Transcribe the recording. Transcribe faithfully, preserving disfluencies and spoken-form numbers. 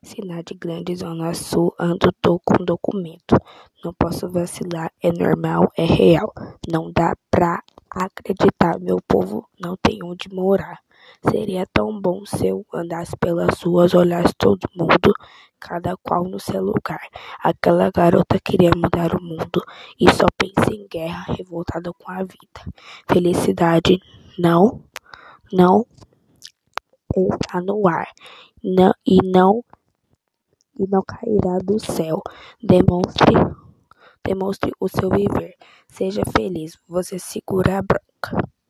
Cidade grande, zona sul, ando, tô com documento. Não posso vacilar, é normal, é real. Não dá pra acreditar, meu povo não tem onde morar. Seria tão bom se eu andasse pelas ruas, olhasse todo mundo, cada qual no seu lugar. Aquela garota queria mudar o mundo e só pensa em guerra, revoltada com a vida. Felicidade não, não está no ar. Não, e não e não cairá do céu. Demonstre, demonstre o seu viver. Seja feliz. Você segura a bronca.